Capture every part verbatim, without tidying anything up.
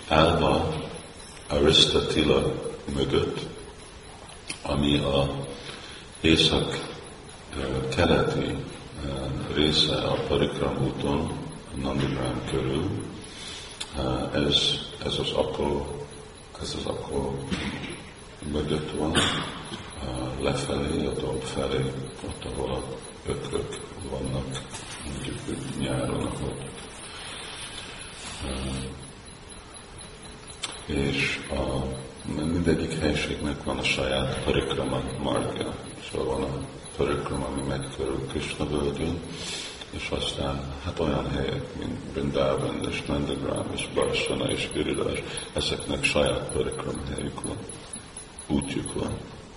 állva Arisztatila mögött, ami a észak-keleti része a Parikram úton, Nandigram körül. Ez, ez az akkor, ez az akkor mögött van, lefelé, a domb felé, ott, ahol a ökrök vannak, mondjuk nyáron, ahol. És a, mindegyik helységnek van a saját parikrama margja. Szóval van a parikrama, ami megy körül Krishna völgyön, és aztán hát olyan helyek, mint Vrindavan és Nandigram és Barsana és Giridhar, ezeknek saját parikrama helyük van, útjuk van.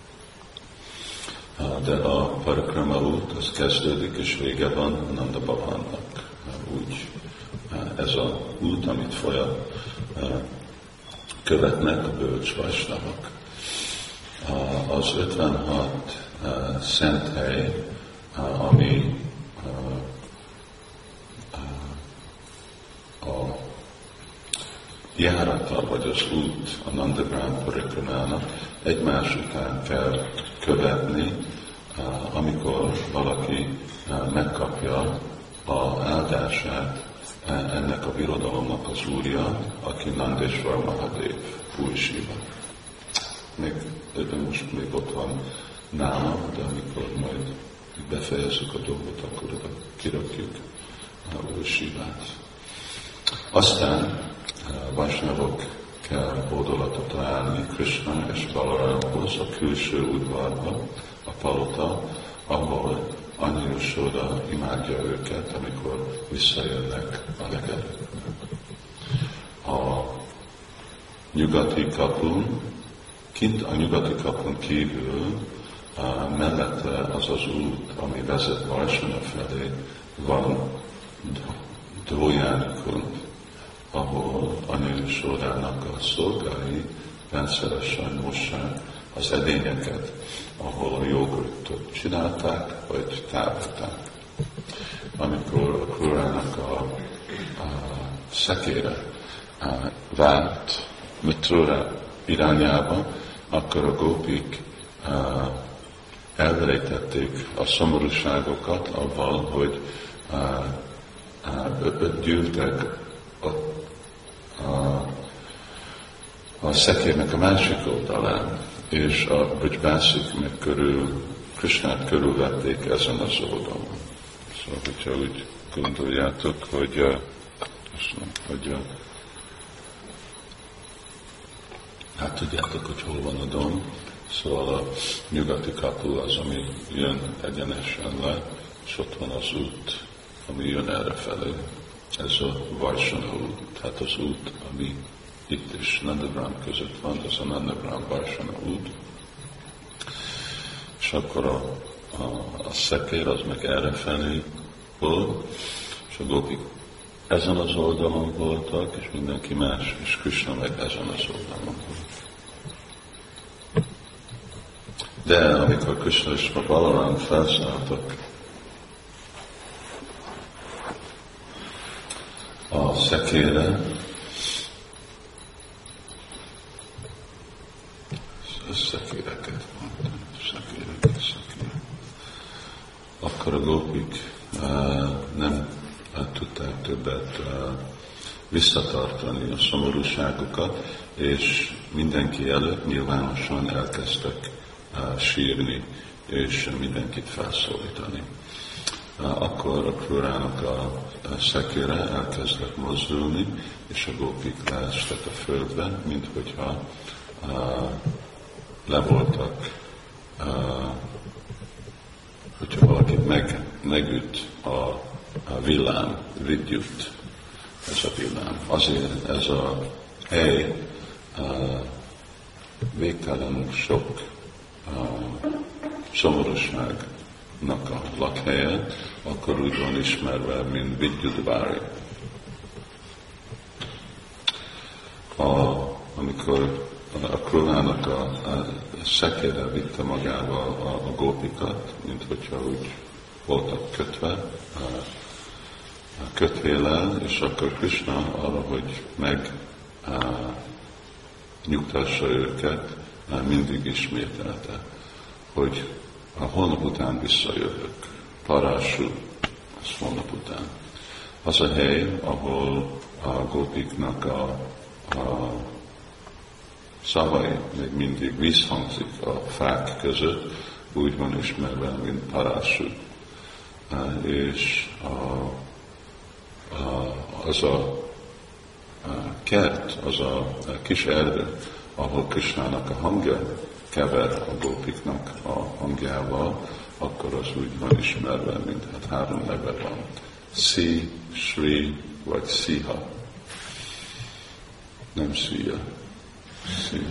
De a parikrama út, az kezdődik és vége van Nanda Bhavannak. Úgy ez a út, amit folyam követnek a bölcs vajsnavok. Az ötvenhat szent hely, ami a járata vagy az út a Nandigram Parikramának egymás után kell követni, amikor valaki megkapja az áldását ennek a birodalomnak az úrja, aki Nandeswar Mahadev, Úr Siva. Még, de most még ott van nálam, de amikor majd befejezzük a dolgot, akkor oda kirakjuk Úr Sivát. Aztán vajsnavok kell hódolatot találni Krishna és Balaramhoz a külső udvarba, a palota, ahol Anya Yashoda imádja őket, amikor visszajönnek a legelőtt. A nyugati kapun, kint a nyugati kapun kívül, mellette az az út, ami vezet Varsana felé, van Dvójánikund, ahol Anya Yashodának a szolgái rendszeresen mossák az edényeket, ahol a jogurtot csinálták, vagy távolták. Amikor a Krurának a, a szekére a, várt Mithura irányába, akkor a gópik a, elvelejtették a szomorúságokat avval, hogy a, a, öt gyűltek a, a, a szekérnek a másik oldalán, és a Brijbászik meg körül, Krishnát körülvették ezen az oldalon. Szóval, hogyha úgy gondoljátok, hogy, hogy hát tudjátok, hogy hol van a domb, szóval a nyugati kapu az, ami jön egyenesen le, és ott van az út, ami jön errefelé. Ez a Varsana út, tehát az út, ami itt is Nandigram között van, ez a Nandigram Varsana út. És akkor a, a, a szekér az meg errefelé volt, és a gópik ezen az oldalon voltak, és mindenki más, és Krishna meg ezen az oldalon volt. De amikor Krishna és a Balaram felszálltak a szekére, szekéreket mondtam, szekéreket, szekéreket. Akkor a gópik uh, nem uh, tudták többet uh, visszatartani a szomorúságukat, és mindenki előtt nyilvánosan elkezdtek uh, sírni, és mindenkit felszólítani. Uh, akkor a Krurának a, a szekére elkezdett mozdulni, és a gópik leestek a földbe, mint hogyha uh, le voltak, uh, hogyha valakit meg, megüt a, a villám, vidyut, ez a villám. Azért ez a hely uh, végtelen sok uh, szomorúságnak a lakhelye, akkor úgy van ismerve, mint Vidyudvári. A, amikor a Krurának a, a szekére vitte magával a, a gópikat, mint hogyha úgy voltak kötve, a, a kötvéllel, és akkor Krishna arra, hogy meg a, nyugtassa őket, mindig ismételte, hogy a holnap után visszajövök. Parású, az holnap után. Az a hely, ahol a gópiknak a, a szavai még mindig visszhangzik a fák között, úgy van ismerve, mint Parású. És a, a, az a, a kert, az a kis erdő, ahol Krisnának a hangja kever a gópiknak a hangjával, akkor az úgy van ismerve, mint hát három neve van. Si, Sri vagy Siha. Nem Szia. Szia.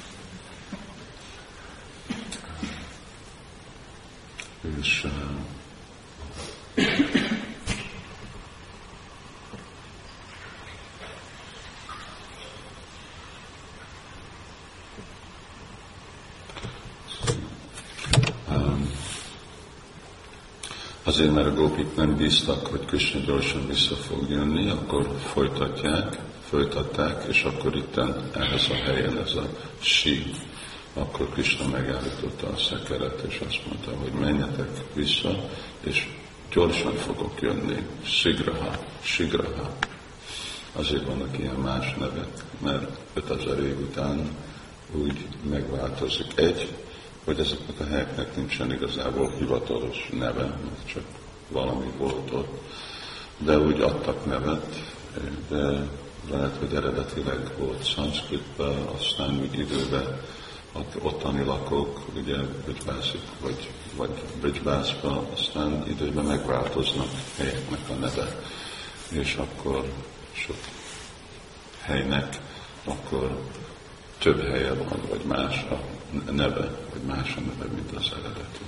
És uh, azért, mert a gópik nem bíztak, hogy Krisna gyorsan vissza fog jönni, akkor folytatják, folytatták, és akkor itten ehhez a helyen ez a sí. Akkor Krisna megállította a szekeret, és azt mondta, hogy menjetek vissza, és gyorsan fogok jönni. Sigraha, Sigraha. Azért vannak ilyen más nevek, mert ötezer év után úgy megváltozik. Egy, hogy ezeknek a helyeknek nincsen igazából hivatalos neve, mert csak valami volt ott, de úgy adtak nevet, de lehet, hogy eredetileg volt szanszkritben, aztán úgy időben ottani lakók, ugye Bridgebászik, vagy, vagy Bridgebászban, aztán időben megváltoznak helyeknek a neve, és akkor sok helynek akkor több helye van, vagy más a neve, vagy más a neve, mint az eredeti.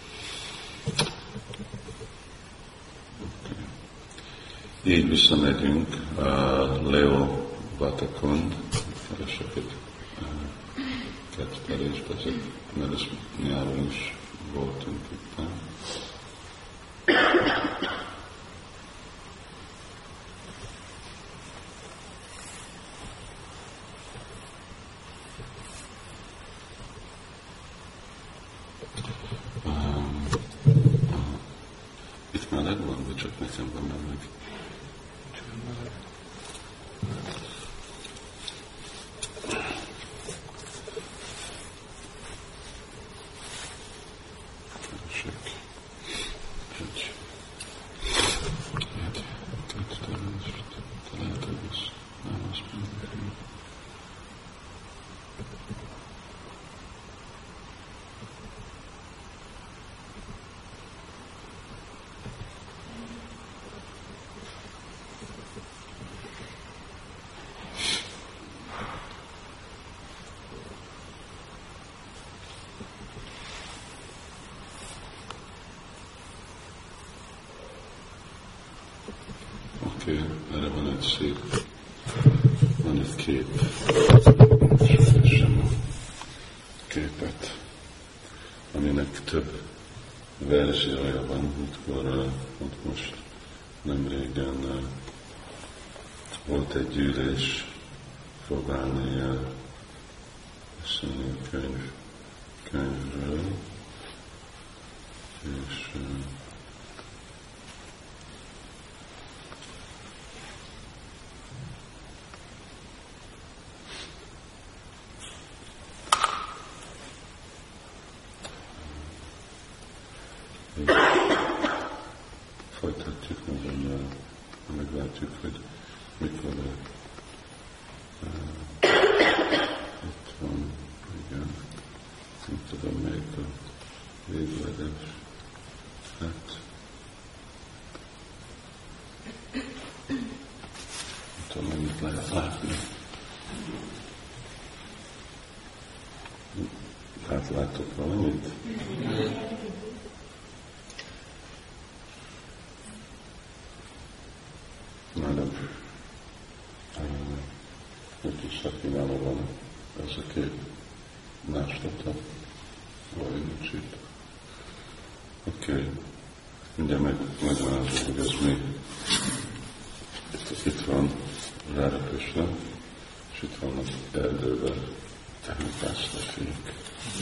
Okay. Így visszamegyünk uh, Leo Vatakund, keresek egy uh, kettelést, ezek, mert ezt nyáron is voltunk itt. Um, uh, itt meleg van, vagy csak nekem van meleg? Oké, okay, erre van egy szép, van egy kép, és sem a képet, aminek több verziója van, mikor ott most nem régen volt egy gyűlés próbálni beszélni a könyv, könyvről, és folytatjuk, nagyon meglátjuk, hogy mikor uh, itt van, igen, nem tudom melyik a végleges, hát nem tudom, mennyit lehet látni. Hát láttok valamit? Nálam öt is Szakinában van ez a kép máslata, vagy nincs itt. Oké, okay. Mindjárt meg, megmondom, hogy ez mi. Itt, itt van Ráda Krishna, és és itt vannak erdőben, temetásra fiúk.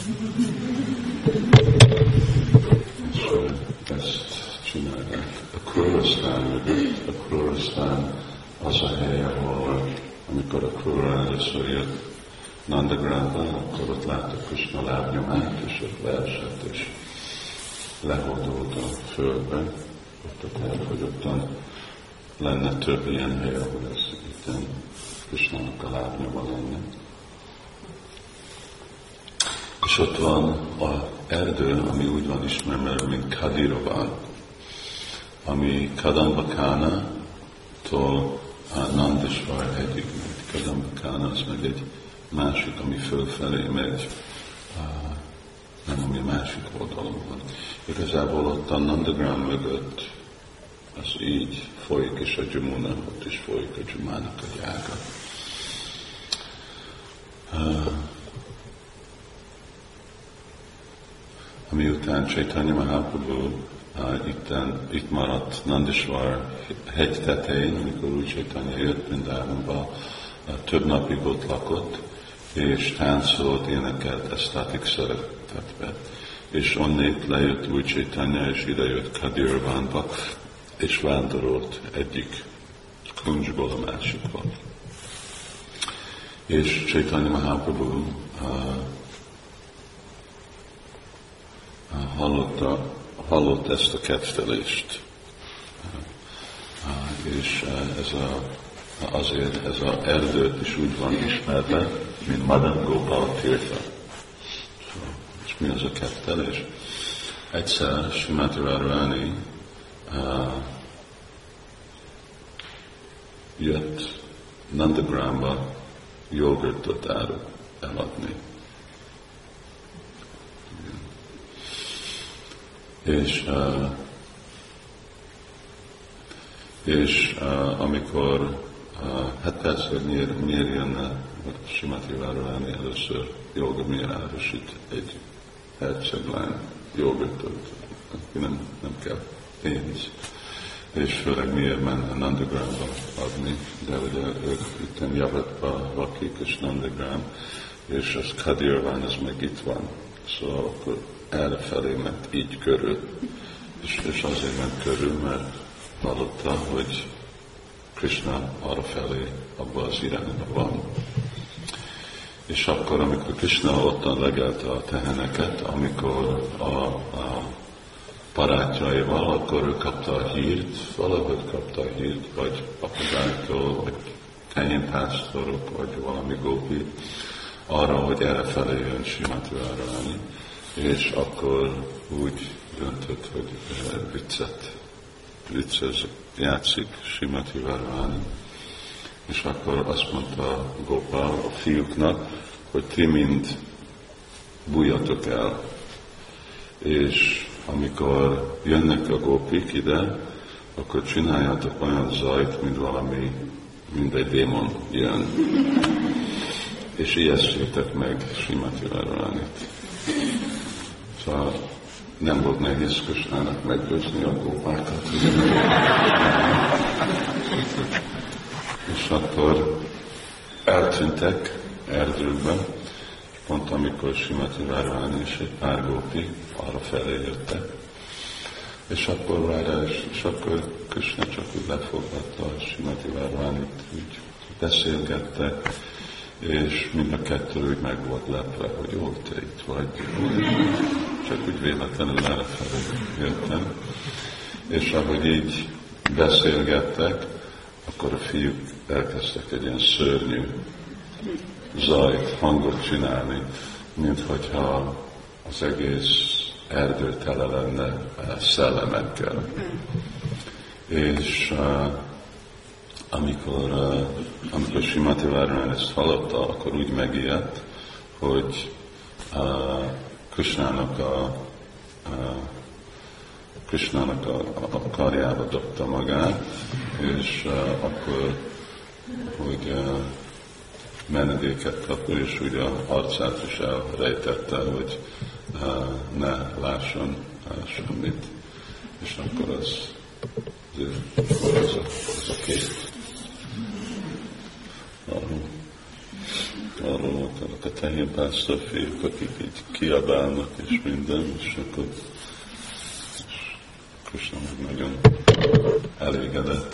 És ezt csinálják. A Krura-sztán mögött, a Krura-sztán az a hely, ahol amikor a Krura először jött Nandagramba, akkor ott látta Krishna lábnyomát, és ott leesett, és lehordult a földbe, ott a elfogyottan lenne több ilyen hely, ahol ez itt Krishnának a lábnyoma lenne. És ott van az erdő, ami úgy van ismerve, mint Kadirovan, ami Kadambakana-tól Nandesvar hegyig megy. Kadambakana az meg egy másik, ami fölfelé megy, nem ami másik oldalon van. Igazából ott a Nandagram mögött az így folyik, és a Jamuna, ott is folyik a Jamunának a gyága. Ami után Chaitanya Mahaprabhu uh, itten, itt maradt Nandesvar hegy tetején, amikor úgy Chaitanya jött Vrindávonba, uh, több napig ott lakott, és táncolt, énekelt esztátik szeretetbe. És onnét lejött új Chaitanya, és idejött Kadirvánba, és vándorolt egyik kuncsból a másikba. És Chaitanya Mahaprabhu uh, hallotta, hallott ezt a kettelést. És ez a, azért ez az erdőt is úgy van ismerve, mint Madan Gopal Tirtha. És mi az a kettelés? Egyszer Srimati Radharani uh, jött Nandagramba jogurtot eladni. És, uh, és uh, amikor, uh, hát persze, hogy miért, miért jönne Srimati Radharani először joga, miért árusít egy herceglány jogurtot, nem, nem kell pénz. És főleg miért menne Nandagramba adni, de ugye ők itt Javatba lakik, és Nandagram, és az Kadirvan, az meg itt van. Szóval akkor errefelé ment így körül, és, és azért ment körül, mert hallotta, hogy Krishna arrafelé, abban az irányban van. És akkor, amikor Krishna ottan legelte a teheneket, amikor a, a barátjaival, akkor ő kapta a hírt, valahogy kapta a hírt, vagy apukáktól, vagy tehénpásztorok, vagy valami gópi, arra, hogy errefelé jön Srimati Radharani, és akkor úgy döntött, hogy viccet, viccez játszik Srimati Radharani, és akkor azt mondta Gopal a fiúknak, hogy ti mind bújjatok el, és amikor jönnek a gópik ide, akkor csináljátok olyan zajt, mint valami, mint egy démon jön. És ijesztsétek meg Srimati Radharanit. Szóval nem volt nehéz Krishnának meggyőzni a gópákat. És akkor eltűntek erdőkben, és pont amikor Srimati Radharani és egy pár gópi arra felé jöttek, és akkor Radha, és, és akkor Krishna csak úgy lefogadta Srimati Radharanit, úgy beszélgettek, és mind a kettő úgy meg volt lepve, hogy jó, te itt vagy, csak úgy véletlenül errefelé jöttem. És ahogy így beszélgettek, akkor a fiúk elkezdtek egy ilyen szörnyű zajt, hangot csinálni, mint hogyha az egész erdő tele lenne szellemekkel. És uh, amikor, uh, amikor Srimati Radharani ezt hallotta, akkor úgy megijedt, hogy uh, Krishnának a, uh, Krishnának a, a karjába dobta magát, és uh, akkor hogy uh, menedéket kap, és úgy a arcát is elrejtette, hogy uh, ne lásson uh, semmit. És akkor az, az, az a, az a kép. Uh, arról voltak a tehénpásztor fiúk, akik így kiabálnak és minden, és akkor Krishna meg nagyon elégedett.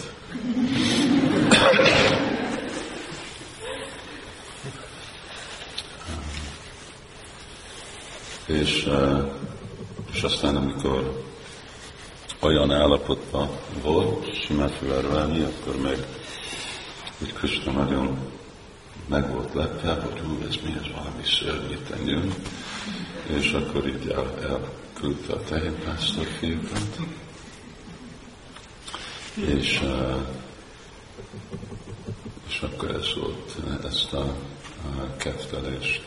és, és aztán amikor olyan állapotban volt Srimati Radharani, akkor meg úgy Krishna nagyon meg volt lepve, hogy hú, ez mi, ez valami szörnyűten jön, és akkor így el, elküldte a tehénpásztor fiúkat, és, és akkor ez volt, ezt a, a kettelést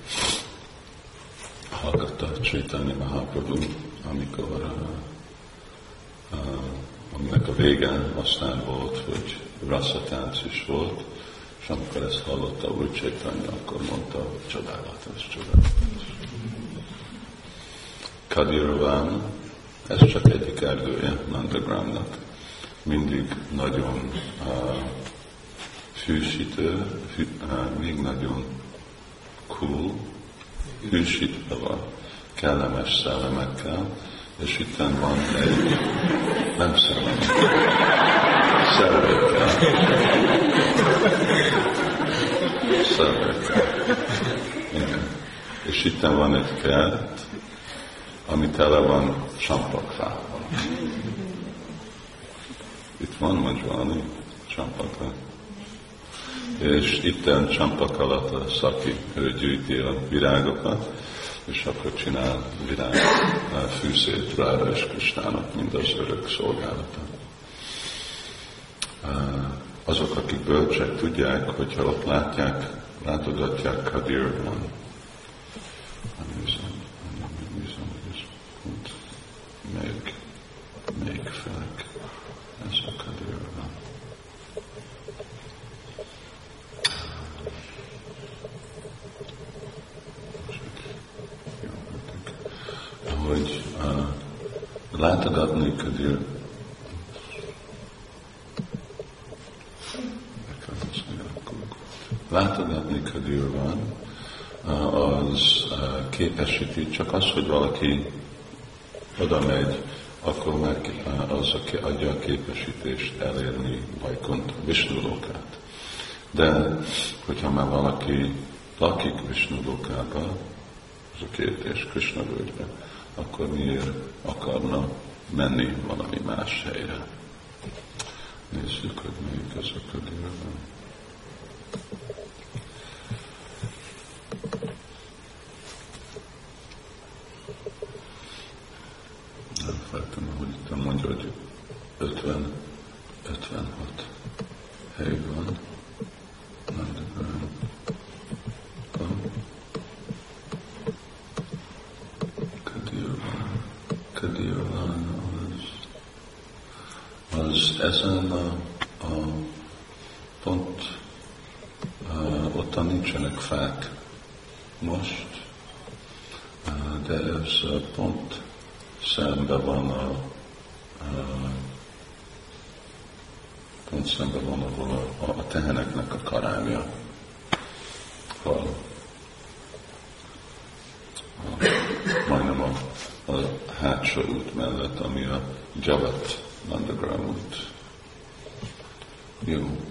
hallgatta Chaitanya Mahaprabhu, amikor uh, uh, aminek a vége aztán volt, hogy rasszatánc is volt, és amikor ezt hallotta úgy Chaitanya, akkor mondta, hogy csodálatos, csodálatos. Kadiravan, ez csak egyik erdője Nandagramnak, mindig nagyon uh, hűsítő, hű, uh, még nagyon cool, hűsítve van, kellemes szellemekkel, és itt van egy, nem szellemekkel, szellemekkel, szellemekkel, igen. És itt van egy kert, ami tele van csampakfával. Itt van vagy valami csampakfával. És itten csampak alatt a szaki, ő gyűjti a virágokat, és akkor csinál virág fűszét Ráda és Krisnának, mind az örök szolgálata. Azok, akik bölcsek, tudják, hogyha ott látják, látogatják Kadirban. Még, még felek. Ez a Kadirban. Hogy uh, látogatni Kadir, látogatni Kadirban uh, az uh, képesíti, csak az, hogy valaki oda megy, akkor meg uh, az, aki adja a képesítést elérni Vaikunta, Visnulókát. De hogyha már valaki lakik Visnulókában, az a két és Krishna völgyben, akkor miért akarna menni valami más helyre? Nézzük, hogy melyik ez a Kadirban. Nem feltem, hogy itt mondja, hogy ötven, ötvenhat hely van. Az ezen a, a pont a, ottan nincsenek fák most, a, de ez a pont szembe van a, a pont szembe van, ahol a, a teheneknek a karámja van. A, majdnem a, a hátsó út mellett, ami a Javat Nandagram út. Jó.